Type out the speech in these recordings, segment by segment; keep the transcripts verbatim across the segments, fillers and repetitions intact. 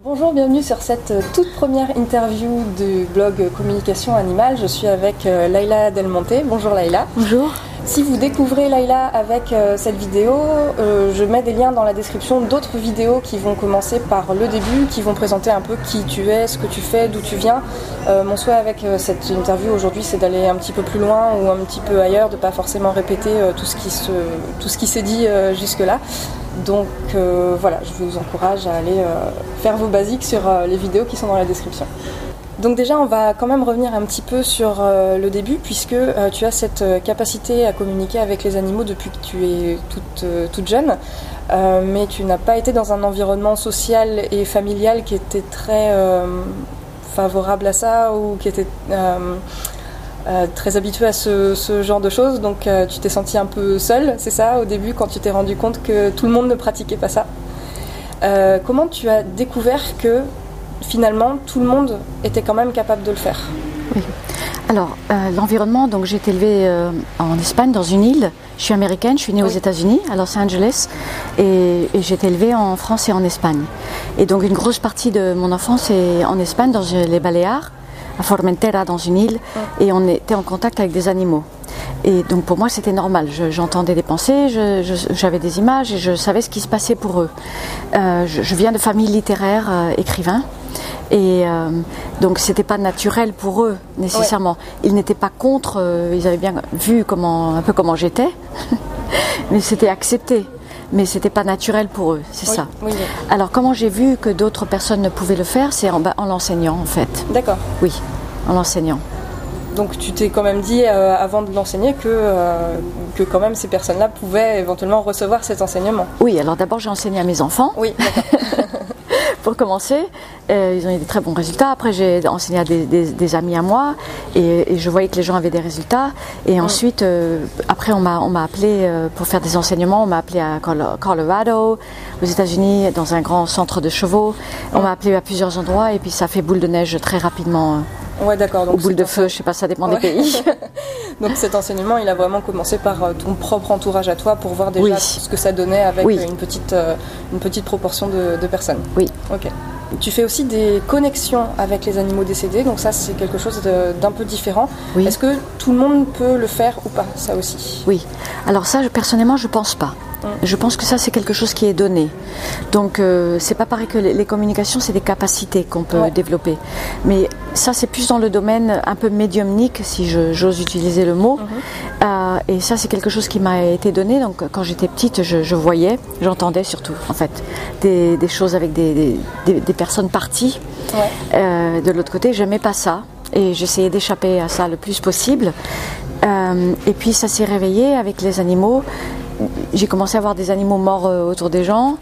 Bonjour, bienvenue sur cette toute première interview du blog Communication Animale. Je suis avec euh, Laïla Delmonte. Bonjour Laïla. Bonjour. Si vous découvrez Laïla avec euh, cette vidéo, euh, je mets des liens dans la description d'autres vidéos qui vont commencer par le début, qui vont présenter un peu qui tu es, ce que tu fais, d'où tu viens. Euh, mon souhait avec euh, cette interview aujourd'hui, c'est d'aller un petit peu plus loin ou un petit peu ailleurs, de ne pas forcément répéter euh, tout ce qui se, tout ce qui s'est dit euh, jusque-là. Donc euh, voilà, je vous encourage à aller euh, faire vos basiques sur euh, les vidéos qui sont dans la description. Donc déjà, on va quand même revenir un petit peu sur euh, le début, puisque euh, tu as cette euh, capacité à communiquer avec les animaux depuis que tu es toute, euh, toute jeune, euh, mais tu n'as pas été dans un environnement social et familial qui était très euh, favorable à ça, ou qui était euh, euh, très habitué à ce, ce genre de choses, donc euh, tu t'es sentie un peu seule, c'est ça, au début, quand tu t'es rendu compte que tout le monde ne pratiquait pas ça. Euh, comment tu as découvert que finalement, tout le monde était quand même capable de le faire? Oui. Alors, euh, l'environnement, donc j'ai été élevée euh, en Espagne, dans une île. Je suis américaine, je suis née oui. aux États-Unis, à Los Angeles, et, et j'ai été élevée en France et en Espagne. Et donc, une grosse partie de mon enfance est en Espagne, dans les Baléares, à Formentera, dans une île, oui. et on était en contact avec des animaux. Et donc pour moi c'était normal, je, j'entendais des pensées, je, je, j'avais des images et je savais ce qui se passait pour eux. Euh, je, je viens de famille littéraire, euh, écrivain, et euh, donc c'était pas naturel pour eux nécessairement. Ouais. Ils n'étaient pas contre, euh, ils avaient bien vu comment, un peu comment j'étais, mais c'était accepté. Mais c'était pas naturel pour eux, c'est oui, ça. Oui, oui. Alors comment j'ai vu que d'autres personnes ne pouvaient le faire, c'est en, en l'enseignant en fait. D'accord. Oui, en l'enseignant. Donc tu t'es quand même dit euh, avant de l'enseigner que, euh, que quand même ces personnes-là pouvaient éventuellement recevoir cet enseignement. Oui, alors d'abord j'ai enseigné à mes enfants. Oui, d'accord. Pour commencer, euh, ils ont eu des très bons résultats. Après j'ai enseigné à des, des, des amis à moi et, et je voyais que les gens avaient des résultats. Et mmh. ensuite, euh, après on m'a, on m'a appelé euh, pour faire des enseignements. On m'a appelé à Colorado, aux États-Unis, dans un grand centre de chevaux. Mmh. On m'a appelé à plusieurs endroits et puis ça fait boule de neige très rapidement. Ouais, d'accord. Donc Ou boule de feu, je sais pas, ça dépend ouais. des pays. Donc cet enseignement, il a vraiment commencé par ton propre entourage à toi pour voir déjà oui. ce que ça donnait avec oui. une, petite, une petite proportion de, de personnes. Oui. Ok. Tu fais aussi des connexions avec les animaux décédés, donc ça c'est quelque chose de, d'un peu différent. Oui. Est-ce que tout le monde peut le faire ou pas, ça aussi? Oui. Alors ça, je, personnellement, je pense pas. Je pense que ça c'est quelque chose qui est donné. Donc euh, c'est pas pareil que les, les communications, c'est des capacités qu'on peut ouais. développer. Mais ça c'est plus dans le domaine un peu médiumnique, si je, j'ose utiliser le mot. Mm-hmm. Euh, et ça c'est quelque chose qui m'a été donné. Donc quand j'étais petite, je, je voyais, j'entendais surtout en fait des, des choses avec des, des, des personnes parties. Ouais. Euh, de l'autre côté, j'aimais pas ça et j'essayais d'échapper à ça le plus possible. Euh, et puis ça s'est réveillé avec les animaux. J'ai commencé à voir des animaux morts euh, autour des gens,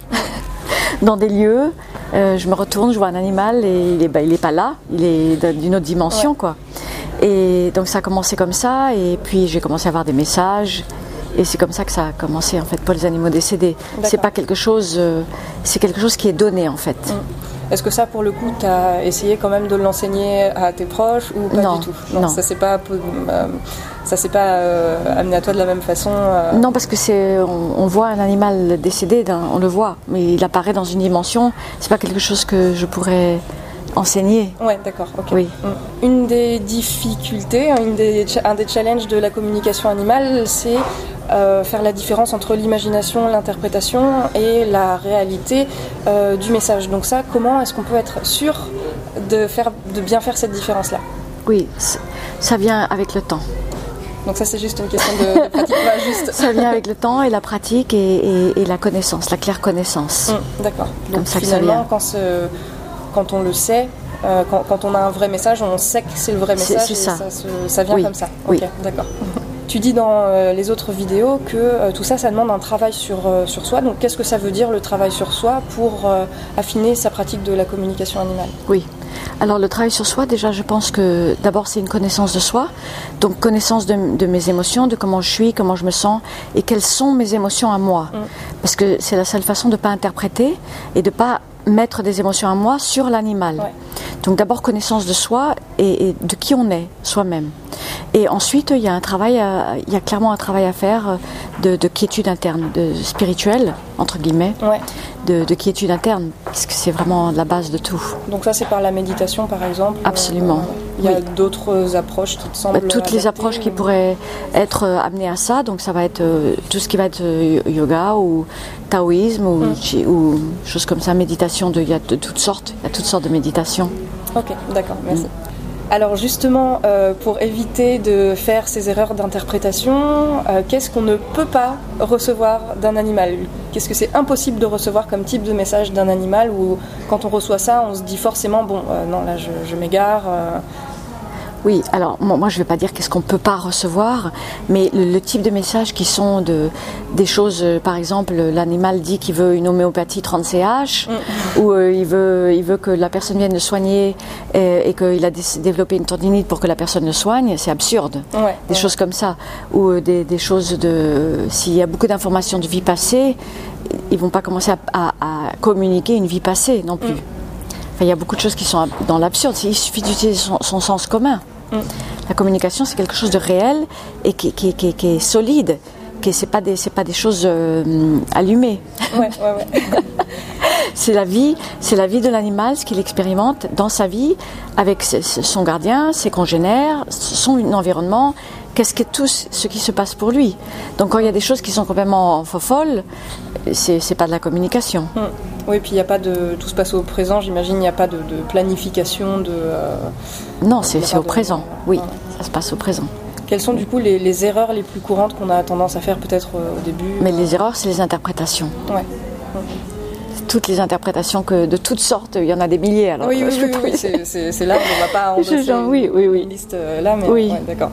dans des lieux. Euh, je me retourne, je vois un animal et il est, bah, il est pas là, il est d'une autre dimension, ouais. quoi. Et donc ça a commencé comme ça, et puis j'ai commencé à avoir des messages, et c'est comme ça que ça a commencé en fait pour les animaux décédés. D'accord. C'est pas quelque chose, euh, c'est quelque chose qui est donné en fait. Mmh. Est-ce que ça, pour le coup, tu as essayé quand même de l'enseigner à tes proches ou pas non, du tout? Non, non. ça s'est pas, euh, ça s'est pas euh, amené à toi de la même façon euh... Non, parce que c'est, on, on voit un animal décédé, on le voit, mais il apparaît dans une dimension. C'est pas quelque chose que je pourrais enseigner. Ouais, d'accord. Okay. Oui. Une des difficultés, une des, un des challenges de la communication animale, c'est Euh, faire la différence entre l'imagination, l'interprétation et la réalité euh, du message. Donc ça, comment est-ce qu'on peut être sûr de, faire, de bien faire cette différence-là? Oui, ça vient avec le temps. Donc ça, c'est juste une question de, de pratique. Bah, juste. Ça vient avec le temps et la pratique et, et, et la connaissance, la claire connaissance. Mmh, d'accord. Donc Comme ça finalement, quand, ce, quand on le sait, euh, quand, quand on a un vrai message, on sait que c'est le vrai message. C'est, c'est et ça. Ça, se, ça vient oui. comme ça. Oui. Ok, d'accord. Tu dis dans euh, les autres vidéos que euh, tout ça, ça demande un travail sur, euh, sur soi. Donc qu'est-ce que ça veut dire le travail sur soi pour euh, affiner sa pratique de la communication animale? Oui. Alors le travail sur soi, déjà je pense que d'abord c'est une connaissance de soi, donc connaissance de, de mes émotions, de comment je suis, comment je me sens et quelles sont mes émotions à moi. Mm. Parce que c'est la seule façon de ne pas interpréter et de ne pas mettre des émotions à moi sur l'animal. Ouais. Donc d'abord connaissance de soi et, et de qui on est, soi-même. Et ensuite, il y a un travail, à, il y a clairement un travail à faire de, de quiétude interne, de spirituelle, entre guillemets, ouais. de, de quiétude interne, parce que c'est vraiment la base de tout. Donc ça, c'est par la méditation, par exemple. Absolument. Euh, il y a oui. d'autres approches qui te semblent bah, Toutes adaptées, les approches qui ou... pourraient être amenées à ça, donc ça va être euh, tout ce qui va être euh, yoga ou taoïsme ou, hum. chi, ou choses comme ça, méditation, de, il y a de toutes sortes, il y a toutes sortes de méditations. Ok, d'accord, merci. Hum. Alors justement, euh, pour éviter de faire ces erreurs d'interprétation, euh, qu'est-ce qu'on ne peut pas recevoir d'un animal ? Qu'est-ce que c'est impossible de recevoir comme type de message d'un animal où quand on reçoit ça, on se dit forcément, bon, euh, non, là je, je m'égare. Euh... Oui, alors moi je ne vais pas dire qu'est-ce qu'on ne peut pas recevoir, mais le, le type de messages qui sont de, des choses, euh, par exemple, l'animal dit qu'il veut une homéopathie trente C H, mm. ou euh, il, veut, il veut que la personne vienne le soigner et, et qu'il a dé- développé une tendinite pour que la personne le soigne, c'est absurde. Ouais, des ouais. choses comme ça, ou euh, des, des choses de... S'il y a beaucoup d'informations de vie passée, ils ne vont pas commencer à, à, à communiquer une vie passée non plus. Mm. Enfin, il y a beaucoup de choses qui sont dans l'absurde, il suffit d'utiliser son, son sens commun. La communication, c'est quelque chose de réel et qui, qui, qui, qui est solide, qui c'est pas des, c'est pas des choses euh, allumées. Ouais, ouais, ouais. c'est la vie, c'est la vie de l'animal, ce qu'il expérimente dans sa vie avec son gardien, ses congénères, son environnement. Qu'est-ce que tout ce qui se passe pour lui. Donc quand il y a des choses qui sont complètement folles, c'est, c'est pas de la communication. Hum. Oui, puis il n'y a pas de... Tout se passe au présent, j'imagine, il n'y a pas de, de planification, de... Euh... Non, c'est, c'est au de... présent, oui, ouais. Ça se passe au présent. Quelles sont du coup les, les erreurs les plus courantes qu'on a tendance à faire peut-être euh, au début ? Mais euh... les erreurs, c'est les interprétations. Ouais. Hum. Toutes les interprétations que, de toutes sortes, il y en a des milliers. Alors, oui, oui, oui, oui, oui. C'est, c'est, c'est là, on ne va pas endosser genre, oui, oui, oui. une liste euh, là, mais oui. Ouais, d'accord.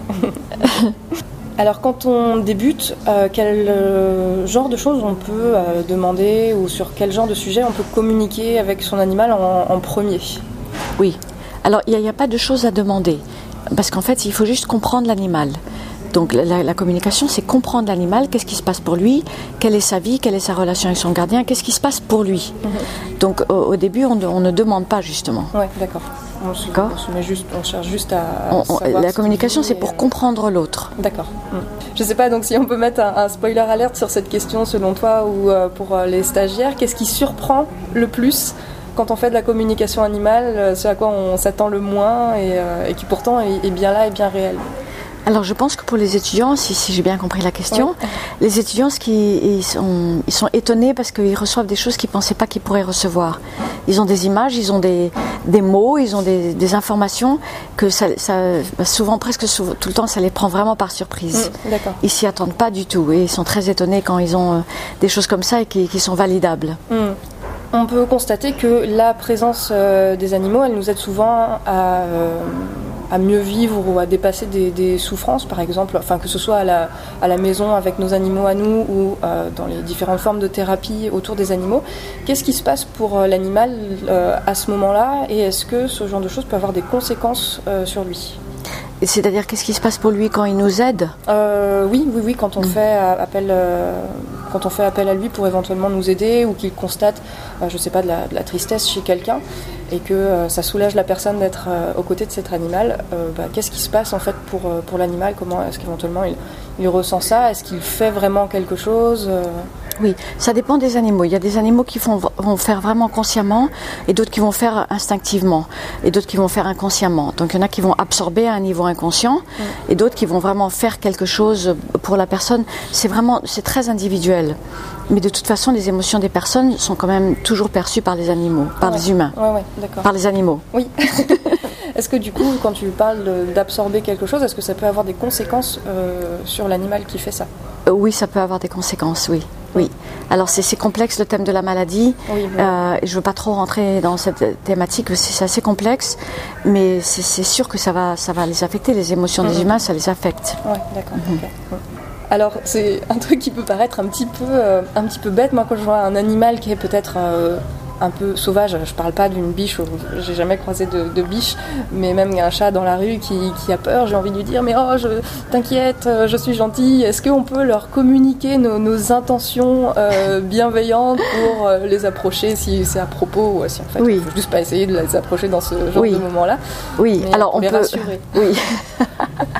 Alors quand on débute, euh, quel euh, genre de choses on peut euh, demander ou sur quel genre de sujet on peut communiquer avec son animal en, en premier ? Oui, alors il n'y a, a pas de choses à demander parce qu'en fait il faut juste comprendre l'animal. Donc la, la communication, c'est comprendre l'animal, qu'est-ce qui se passe pour lui, quelle est sa vie, quelle est sa relation avec son gardien, qu'est-ce qui se passe pour lui. Mm-hmm. Donc au, au début, on, on ne demande pas justement. Oui, d'accord. On, se, d'accord. On, se met juste, on cherche juste à, à on, savoir la communication, c'est pour euh... comprendre l'autre. D'accord. Mm. Je ne sais pas donc si on peut mettre un, un spoiler alert sur cette question selon toi ou euh, pour euh, les stagiaires. Qu'est-ce qui surprend le plus quand on fait de la communication animale, ce à quoi on s'attend le moins et, euh, et qui pourtant est, est bien là et bien réel ? Alors je pense que pour les étudiants, si, si j'ai bien compris la question, ouais. les étudiants ce qui, ils, sont, ils sont étonnés parce qu'ils reçoivent des choses qu'ils ne pensaient pas qu'ils pourraient recevoir. Ils ont des images, ils ont des, des mots, ils ont des, des informations que ça, ça, souvent, presque souvent, tout le temps, ça les prend vraiment par surprise. Mmh, d'accord. Ils ne s'y attendent pas du tout et ils sont très étonnés quand ils ont des choses comme ça et qui, qui sont validables. Mmh. On peut constater que la présence euh, des animaux, elle nous aide souvent à... Euh, à mieux vivre ou à dépasser des, des souffrances, par exemple, enfin, que ce soit à la, à la maison avec nos animaux à nous ou euh, dans les différentes formes de thérapie autour des animaux. Qu'est-ce qui se passe pour euh, l'animal euh, à ce moment-là et est-ce que ce genre de choses peut avoir des conséquences euh, sur lui ? Et c'est-à-dire, qu'est-ce qui se passe pour lui quand il nous aide ? euh, Oui, oui, oui, quand on, mmh. fait appel, euh, quand on fait appel à lui pour éventuellement nous aider ou qu'il constate, euh, je ne sais pas, de la, de la tristesse chez quelqu'un et que euh, ça soulage la personne d'être euh, aux côtés de cet animal, euh, bah, qu'est-ce qui se passe en fait pour, euh, pour l'animal ? Comment est-ce qu'éventuellement il, il ressent ça ? Est-ce qu'il fait vraiment quelque chose ? euh... Oui, ça dépend des animaux. Il y a des animaux qui font, vont faire vraiment consciemment et d'autres qui vont faire instinctivement et d'autres qui vont faire inconsciemment. Donc il y en a qui vont absorber à un niveau inconscient mmh. et d'autres qui vont vraiment faire quelque chose pour la personne. C'est vraiment, c'est très individuel. Mais de toute façon, les émotions des personnes sont quand même toujours perçues par les animaux, par ouais. les humains, ouais, ouais, d'accord. par les animaux. Oui. Est-ce que du coup, quand tu parles de, d'absorber quelque chose, est-ce que ça peut avoir des conséquences euh, sur l'animal qui fait ça ? euh, Oui, ça peut avoir des conséquences, oui. Oui. Alors c'est, c'est complexe le thème de la maladie. Oui, oui. Euh, je ne veux pas trop rentrer dans cette thématique, c'est, c'est assez complexe, mais c'est, c'est sûr que ça va, ça va les affecter. Les émotions mm-hmm. des humains, ça les affecte. Oui, d'accord. Mm-hmm. Okay. Alors c'est un truc qui peut paraître un petit peu, euh, un petit peu bête. Moi, quand je vois un animal qui est peut-être euh, un peu sauvage, je parle pas d'une biche, j'ai jamais croisé de, de biche, mais même un chat dans la rue qui, qui a peur, j'ai envie de lui dire mais oh, je t'inquiète, je suis gentille. Est-ce qu'on peut leur communiquer nos, nos intentions euh, bienveillantes pour euh, les approcher si c'est à propos ou si en fait oui. il faut juste pas essayer de les approcher dans ce genre oui. de moment-là. Oui, mais alors on les peut rassurer. Oui.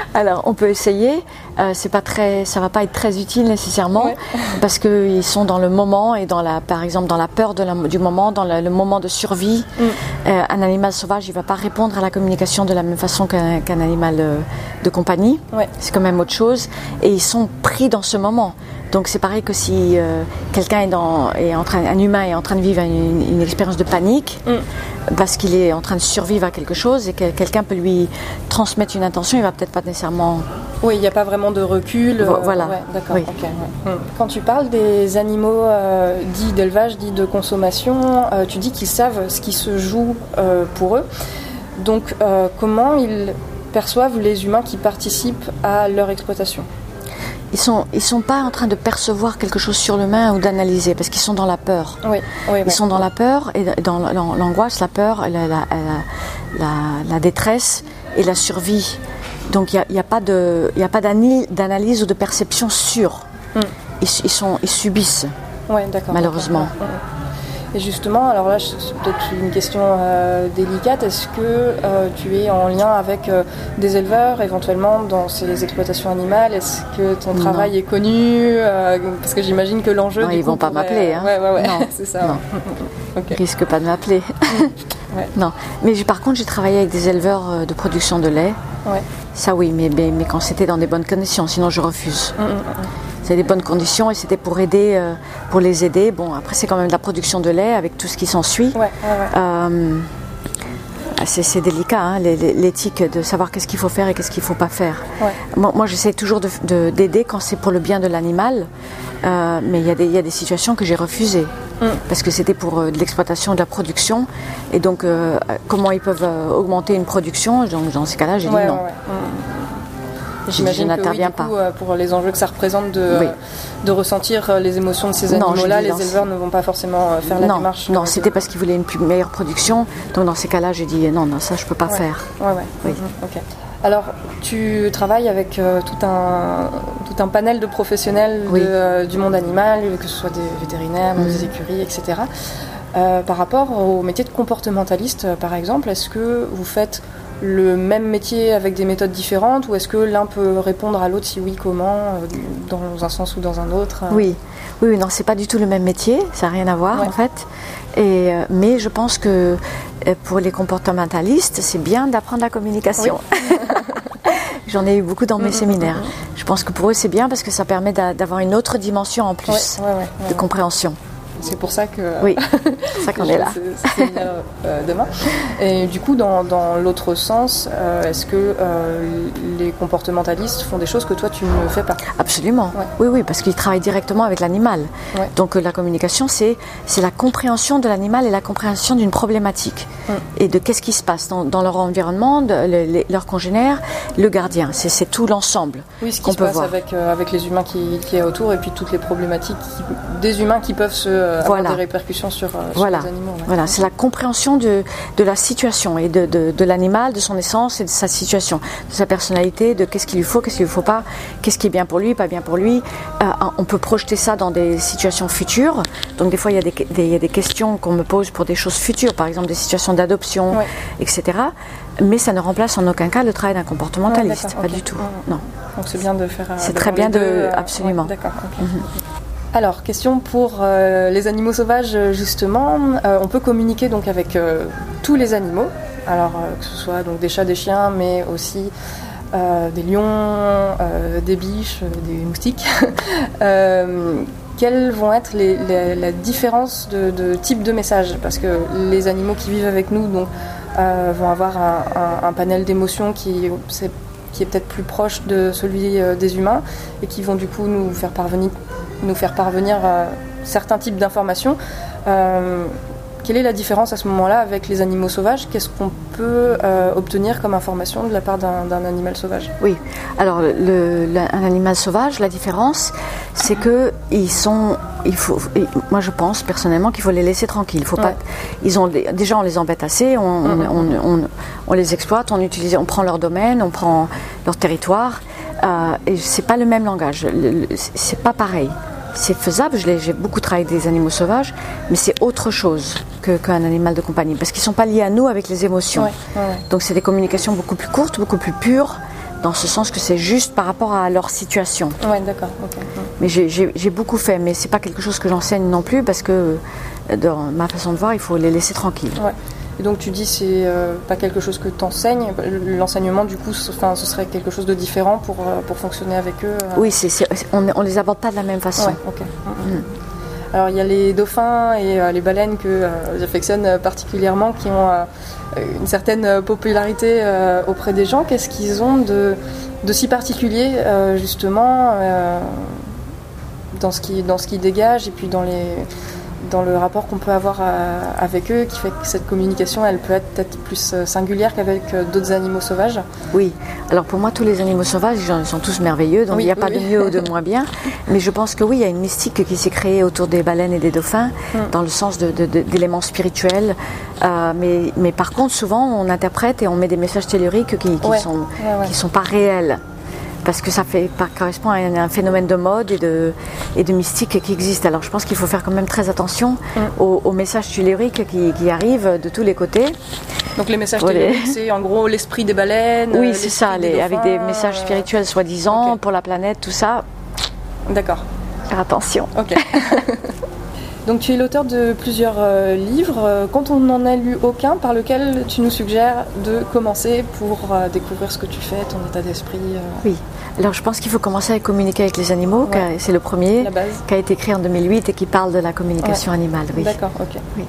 Alors, on peut essayer. Euh, c'est pas très, ça va pas être très utile nécessairement, ouais. Parce qu'ils sont dans le moment et dans la, par exemple, dans la peur de la, du moment, dans le, le moment de survie. Mm. Euh, un animal sauvage, il va pas répondre à la communication de la même façon qu'un, qu'un animal euh, de compagnie. Ouais. C'est quand même autre chose. Et ils sont pris dans ce moment. Donc c'est pareil que si euh, quelqu'un est, dans, est en train, un humain est en train de vivre une, une expérience de panique, mm. parce qu'il est en train de survivre à quelque chose et que quelqu'un peut lui transmettre une intention, il va peut-être pas nécessairement. Oui, il n'y a pas vraiment de recul. Vo- voilà. Ouais, d'accord. Oui. Okay, ouais. mm. Quand tu parles des animaux euh, dits d'élevage, dits de consommation, euh, tu dis qu'ils savent ce qui se joue euh, pour eux. Donc euh, comment ils perçoivent les humains qui participent à leur exploitation ? Ils sont, ils sont pas en train de percevoir quelque chose sur l'humain ou d'analyser, parce qu'ils sont dans la peur. Oui, oui, ils oui. sont dans la peur et dans l'angoisse, la peur, la, la, la, la, la détresse et la survie. Donc il n'y a, a pas de, il y a pas d'analyse ou de perception sûre. Mm. Ils, ils sont, ils subissent. Ouais, d'accord. Malheureusement. D'accord. Et justement, alors là, c'est peut-être une question euh, délicate. Est-ce que euh, tu es en lien avec euh, des éleveurs, éventuellement, dans ces exploitations animales ? Est-ce que ton non. travail est connu euh, Parce que j'imagine que l'enjeu... Non, du ils ne coup, vont pas pourrait... m'appeler. Hein. Ouais, ouais, ouais. Non, c'est ça. Non. Okay. Ils ne risquent pas de m'appeler. Ouais. Non. Mais par contre, j'ai travaillé avec des éleveurs de production de lait. Ouais. Ça, oui, mais, mais, mais quand c'était dans des bonnes conditions. Sinon, je refuse. Mm, mm, mm. C'est des bonnes conditions et c'était pour aider, euh, pour les aider. Bon, après c'est quand même de la production de lait avec tout ce qui s'ensuit. Ouais, ouais, ouais. Euh, c'est, c'est délicat, hein, l'éthique de savoir qu'est-ce qu'il faut faire et qu'est-ce qu'il ne faut pas faire. Ouais. Moi, moi, j'essaie toujours de, de, d'aider quand c'est pour le bien de l'animal, euh, mais il y a des, il y a des situations que j'ai refusées mm. parce que c'était pour euh, de l'exploitation, de la production, et donc euh, comment ils peuvent euh, augmenter une production. Donc dans ces cas-là, j'ai ouais, dit non. Ouais, ouais. Mm. J'imagine je n'interviens que oui, du pas. coup, pour les enjeux que ça représente de, oui. de ressentir les émotions de ces animaux-là, les éleveurs ne vont pas forcément faire la non, démarche. Non, c'était parce qu'ils voulaient une plus meilleure production. Donc dans ces cas-là, j'ai dit non, non, ça je peux pas ouais. faire. Ouais, ouais. Oui. Mmh, okay. Alors, tu travailles avec euh, tout, un, tout un panel de professionnels de, oui. euh, du monde animal, que ce soit des vétérinaires, mmh. des écuries, et cetera. Euh, par rapport au métier de comportementaliste, par exemple, est-ce que vous faites le même métier avec des méthodes différentes, ou est-ce que l'un peut répondre à l'autre, si oui, comment, dans un sens ou dans un autre ? Oui, oui, non, c'est pas du tout le même métier, ça n'a rien à voir ouais. en fait. Et, euh, mais je pense que euh, pour les comportementalistes, c'est bien d'apprendre la communication. Oui. J'en ai eu beaucoup dans mes mmh, séminaires. Mmh, mmh. Je pense que pour eux, c'est bien parce que ça permet d'a- d'avoir une autre dimension en plus ouais, ouais, ouais, ouais, de ouais. compréhension. C'est pour ça que oui, c'est ça qu'on est là. C'est, c'est euh, demain. Et du coup, dans, dans l'autre sens, euh, est-ce que euh, les comportementalistes font des choses que toi tu ne fais pas ? Absolument. Ouais. Oui, oui, parce qu'ils travaillent directement avec l'animal. Ouais. Donc euh, la communication, c'est c'est la compréhension de l'animal et la compréhension d'une problématique mm. et de qu'est-ce qui se passe dans, dans leur environnement, de, le, les, leurs congénères, le gardien. C'est, c'est tout l'ensemble. Oui, ce qui qu'on se peut passe voir. avec euh, avec les humains qui qui est autour, et puis toutes les problématiques qui, des humains qui peuvent se avoir voilà. des répercussions sur, euh, voilà. sur les animaux. Ouais. Voilà, c'est la compréhension de, de la situation et de, de, de l'animal, de son essence et de sa situation, de sa personnalité, de qu'est-ce qu'il lui faut, qu'est-ce qu'il lui faut pas, qu'est-ce qui est bien pour lui, pas bien pour lui. Euh, on peut projeter ça dans des situations futures. Donc des fois, il y a des, des, il y a des questions qu'on me pose pour des choses futures, par exemple des situations d'adoption, ouais. et cetera. Mais ça ne remplace en aucun cas le travail d'un comportementaliste, ouais, pas okay. du tout. Ouais. Non. Donc c'est bien de faire. C'est très bien de, deux, absolument. Ouais, d'accord. Okay. Mm-hmm. Alors, question pour euh, les animaux sauvages, justement. Euh, on peut communiquer donc avec euh, tous les animaux, alors euh, que ce soit donc des chats, des chiens, mais aussi euh, des lions, euh, des biches, des moustiques. euh, quelles vont être les, les, la différence de, de type de message ? Parce que les animaux qui vivent avec nous donc, euh, vont avoir un, un, un panel d'émotions qui, c'est, qui est peut-être plus proche de celui euh, des humains, et qui vont du coup nous faire parvenir nous faire parvenir euh, certains types d'informations. Euh, quelle est la différence à ce moment-là avec les animaux sauvages ? Qu'est-ce qu'on peut euh, obtenir comme information de la part d'un, d'un animal sauvage ? Oui, alors le, le, un animal sauvage, la différence, c'est que ils sont, il faut, moi je pense personnellement qu'il faut les laisser tranquilles. Il faut ouais. pas, ils ont déjà on les embête assez, on, mm-hmm. on, on, on les exploite, on utilise, on prend leur domaine, on prend leur territoire. Euh, et c'est pas le même langage, le, le, c'est pas pareil. C'est faisable, je l'ai, j'ai beaucoup travaillé avec des animaux sauvages, mais c'est autre chose que, qu'un animal de compagnie, parce qu'ils ne sont pas liés à nous avec les émotions. Ouais, ouais, ouais. Donc c'est des communications beaucoup plus courtes, beaucoup plus pures, dans ce sens que c'est juste par rapport à leur situation. Ouais, d'accord. Okay. Mais j'ai, j'ai, j'ai beaucoup fait, mais c'est pas quelque chose que j'enseigne non plus parce que dans ma façon de voir, il faut les laisser tranquilles. Ouais. Et donc tu dis c'est euh, pas quelque chose que tu enseignes, l'enseignement du coup ce, enfin, ce serait quelque chose de différent pour, euh, pour fonctionner avec eux euh... Oui, c'est, c'est, on ne les aborde pas de la même façon. Ouais, okay. mm-hmm. Alors il y a les dauphins et euh, les baleines que euh, j'affectionne particulièrement qui ont euh, une certaine popularité euh, auprès des gens. Qu'est-ce qu'ils ont de, de si particulier euh, justement euh, dans ce qui, dans ce qu'ils dégagent et puis dans les... dans le rapport qu'on peut avoir à, avec eux, qui fait que cette communication, elle peut être peut-être plus singulière qu'avec d'autres animaux sauvages. Oui, alors pour moi, tous les animaux sauvages, ils sont tous merveilleux, donc oui, il n'y a oui, pas oui. de mieux ou de moins bien. Mais je pense que oui, il y a une mystique qui s'est créée autour des baleines et des dauphins, mm. dans le sens de, de, de, d'éléments spirituels. Euh, mais, mais par contre, souvent, on interprète et on met des messages telluriques qui ne ouais. sont, ouais, ouais. qui sont pas réels. Parce que ça fait, correspond à un, un phénomène de mode et de, et de mystique qui existe. Alors je pense qu'il faut faire quand même très attention mm. aux, aux messages telluriques qui, qui arrivent de tous les côtés. Donc les messages telluriques, les... c'est en gros l'esprit des baleines. Oui, c'est ça, les, des avec des messages spirituels soi-disant, okay. pour la planète, tout ça. D'accord. Faire attention. Ok. Donc tu es l'auteur de plusieurs euh, livres. Quand on n'en a lu aucun, par lequel tu nous suggères de commencer pour euh, découvrir ce que tu fais, ton état d'esprit euh... Oui. Alors je pense qu'il faut commencer à communiquer avec les animaux. Ouais. C'est le premier, qui a été écrit en deux mille huit et qui parle de la communication ouais. animale. Oui. D'accord, ok. Oui.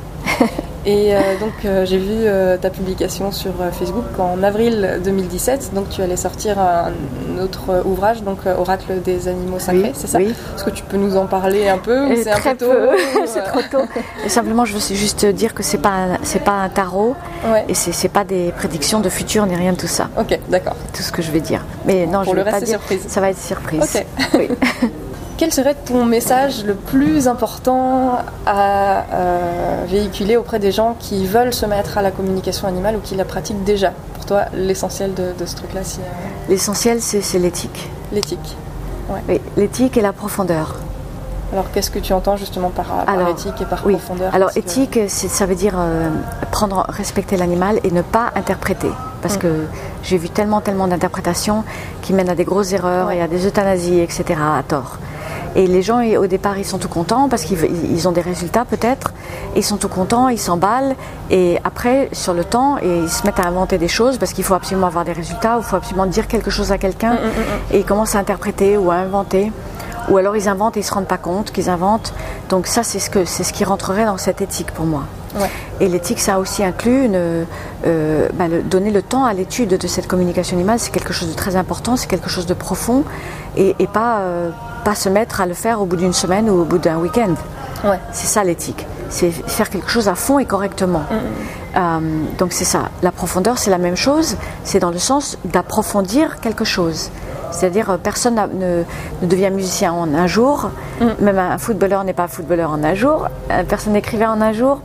Et euh, donc euh, j'ai vu euh, ta publication sur euh, Facebook en avril deux mille dix-sept, donc tu allais sortir un autre euh, ouvrage, donc euh, Oracle des animaux sacrés, oui, c'est ça? Oui. Est-ce que tu peux nous en parler un peu ou c'est très un peu peu. tôt? C'est trop tôt. Et simplement, je veux juste dire que c'est pas un, c'est pas un tarot ouais. et c'est, c'est pas des prédictions de futur ni rien de tout ça. Ok, d'accord. C'est tout ce que je vais dire. Mais non, pour je le vais reste, pas dire. Surprise. Ça va être surprise. Ok. Oui. Quel serait ton message le plus important à euh, véhiculer auprès des gens qui veulent se mettre à la communication animale ou qui la pratiquent déjà? Pour toi, l'essentiel de, de ce truc-là, c'est... Euh... L'essentiel, c'est, c'est l'éthique. L'éthique, ouais. Oui, l'éthique et la profondeur. Alors, qu'est-ce que tu entends justement par, par alors, éthique et par oui. profondeur? Alors, éthique, que... c'est, ça veut dire euh, prendre, respecter l'animal et ne pas interpréter. Parce mm. que j'ai vu tellement, tellement d'interprétations qui mènent à des grosses erreurs ouais. et à des euthanasies, et cetera, à tort. Et les gens, au départ, ils sont tout contents parce qu'ils ils ont des résultats peut-être. Ils sont tout contents, ils s'emballent. Et après, sur le temps, et ils se mettent à inventer des choses parce qu'il faut absolument avoir des résultats ou il faut absolument dire quelque chose à quelqu'un. Mm, mm, mm. Et ils commencent à interpréter ou à inventer. Ou alors ils inventent et ils ne se rendent pas compte qu'ils inventent. Donc ça, c'est ce, que, c'est ce qui rentrerait dans cette éthique pour moi. Ouais. Et l'éthique, ça a aussi inclus une, euh, bah, le, donner le temps à l'étude de cette communication animale. C'est quelque chose de très important, c'est quelque chose de profond. Et, et pas... Euh, pas se mettre à le faire au bout d'une semaine ou au bout d'un week-end. Ouais. C'est ça l'éthique. C'est faire quelque chose à fond et correctement. Mm-hmm. Euh, donc c'est ça. La profondeur, c'est la même chose. C'est dans le sens d'approfondir quelque chose. C'est-à-dire, personne ne, ne devient musicien en un jour. Mm. Même un footballeur n'est pas footballeur en un jour. Personne n'écrivain en un jour.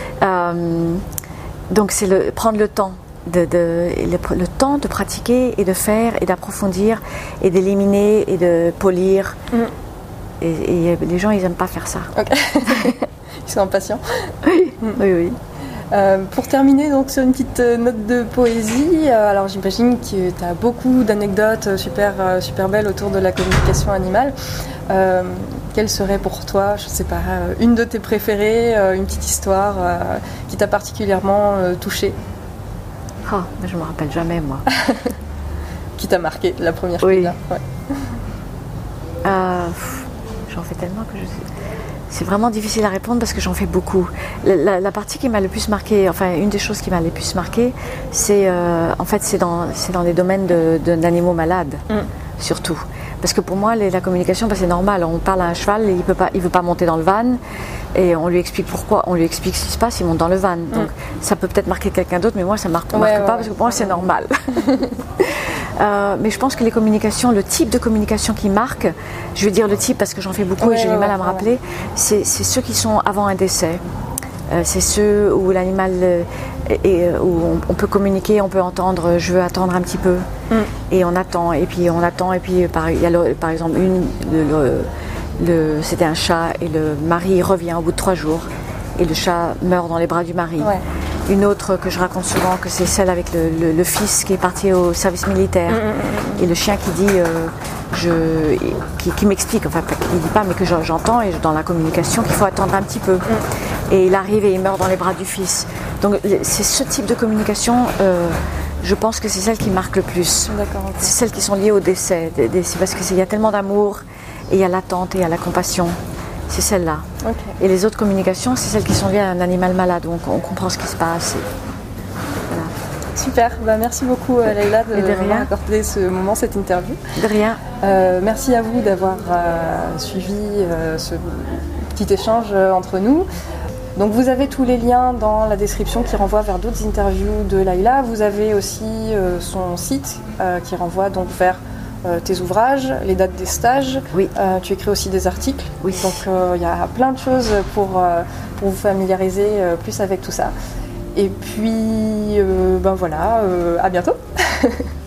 Euh, donc c'est le, prendre le temps. De, de, le, le temps de pratiquer et de faire et d'approfondir et d'éliminer et de polir. Mm. Et, et les gens, ils n'aiment pas faire ça. Okay. Ils sont impatients. Oui, mm. oui, oui. Euh, pour terminer donc sur une petite note de poésie, euh, alors j'imagine que tu as beaucoup d'anecdotes super, euh, super belles autour de la communication animale. Euh, quelle serait pour toi, je ne sais pas, une de tes préférées, euh, une petite histoire euh, qui t'a particulièrement euh, touchée? Oh, je ne me rappelle jamais, moi. Qui t'a marqué la première fois? Oui. Là ouais. euh, J'en fais tellement que je sais. C'est vraiment difficile à répondre parce que j'en fais beaucoup. La, la, la partie qui m'a le plus marqué, enfin une des choses qui m'a le plus marqué, c'est euh, en fait c'est dans, c'est dans les domaines de, de, d'animaux malades, mm. surtout. Parce que pour moi, les, la communication, bah, c'est normal. On parle à un cheval, et il peut pas, il veut pas monter dans le van, et on lui explique pourquoi, on lui explique ce qui se passe, il monte dans le van. Mm. Donc ça peut peut-être marquer quelqu'un d'autre, mais moi ça ne marque, ouais, marque ouais, pas ouais. parce que pour moi c'est normal. Euh, mais je pense que les communications, le type de communication qui marque, je veux dire le type parce que j'en fais beaucoup ouais, et j'ai ouais, du mal ouais, à me rappeler, ouais. c'est, c'est ceux qui sont avant un décès. Euh, c'est ceux où l'animal, euh, est, où on, on peut communiquer, on peut entendre, je veux attendre un petit peu, mm. et on attend, et puis on attend, et puis par, il y a le, par exemple une, le, le, le, c'était un chat et le mari revient au bout de trois jours. Et le chat meurt dans les bras du mari. Ouais. Une autre que je raconte souvent, que c'est celle avec le, le, le fils qui est parti au service militaire. Mmh. Et le chien qui dit, euh, je, qui, qui m'explique, enfin qui ne dit pas, mais que j'entends et dans la communication qu'il faut attendre un petit peu. Mmh. Et il arrive et il meurt dans les bras du fils. Donc c'est ce type de communication, euh, je pense que c'est celle qui marque le plus. Okay. C'est celles qui sont liées au décès. C'est parce qu'il y a tellement d'amour et il y a l'attente et il y a la compassion. C'est celle-là. Okay. Et les autres communications, c'est celles qui sont liées à un animal malade, donc on comprend ce qui se passe. Voilà. Super, bah, merci beaucoup Leïla de, de m'avoir accordé ce moment, cette interview. De rien. Euh, merci à vous d'avoir euh, suivi euh, ce petit échange euh, entre nous. Donc vous avez tous les liens dans la description qui renvoient vers d'autres interviews de Leïla. Vous avez aussi euh, son site euh, qui renvoie donc vers Euh, tes ouvrages, les dates des stages. Oui. Euh, tu écris aussi des articles. Oui. Donc il euh, y a plein de choses pour, euh, pour vous familiariser euh, plus avec tout ça. Et puis, euh, ben voilà, euh, à bientôt.